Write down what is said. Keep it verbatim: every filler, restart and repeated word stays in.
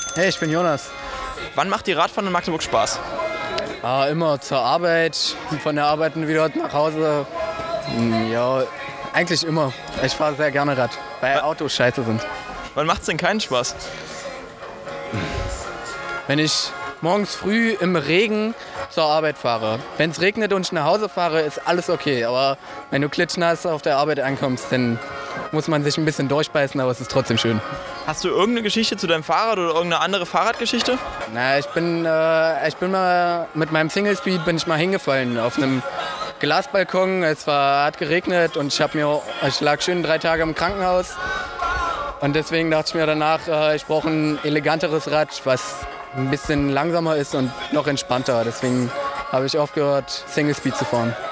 Hey, ich bin Jonas. Wann macht dir Radfahren in Magdeburg Spaß? Ah, immer zur Arbeit, von der Arbeit wieder nach Hause. Hm, Ja, eigentlich immer. Ich fahre sehr gerne Rad, weil Autos scheiße sind. Wann macht's denn keinen Spaß? Wenn ich morgens früh im Regen zur Arbeit fahre. Wenn es regnet und ich nach Hause fahre, ist alles okay. Aber wenn du klitschnass auf der Arbeit ankommst, dann muss man sich ein bisschen durchbeißen, aber es ist trotzdem schön. Hast du irgendeine Geschichte zu deinem Fahrrad oder irgendeine andere Fahrradgeschichte? Na, ich bin, äh, ich bin mal mit meinem Single Speed bin ich mal hingefallen auf einem Glasbalkon. Es war, hat geregnet und ich, hab mir, ich lag schön drei Tage im Krankenhaus. Und deswegen dachte ich mir danach, äh, ich brauche ein eleganteres Rad, was ein bisschen langsamer ist und noch entspannter. Deswegen habe ich aufgehört, Single Speed zu fahren.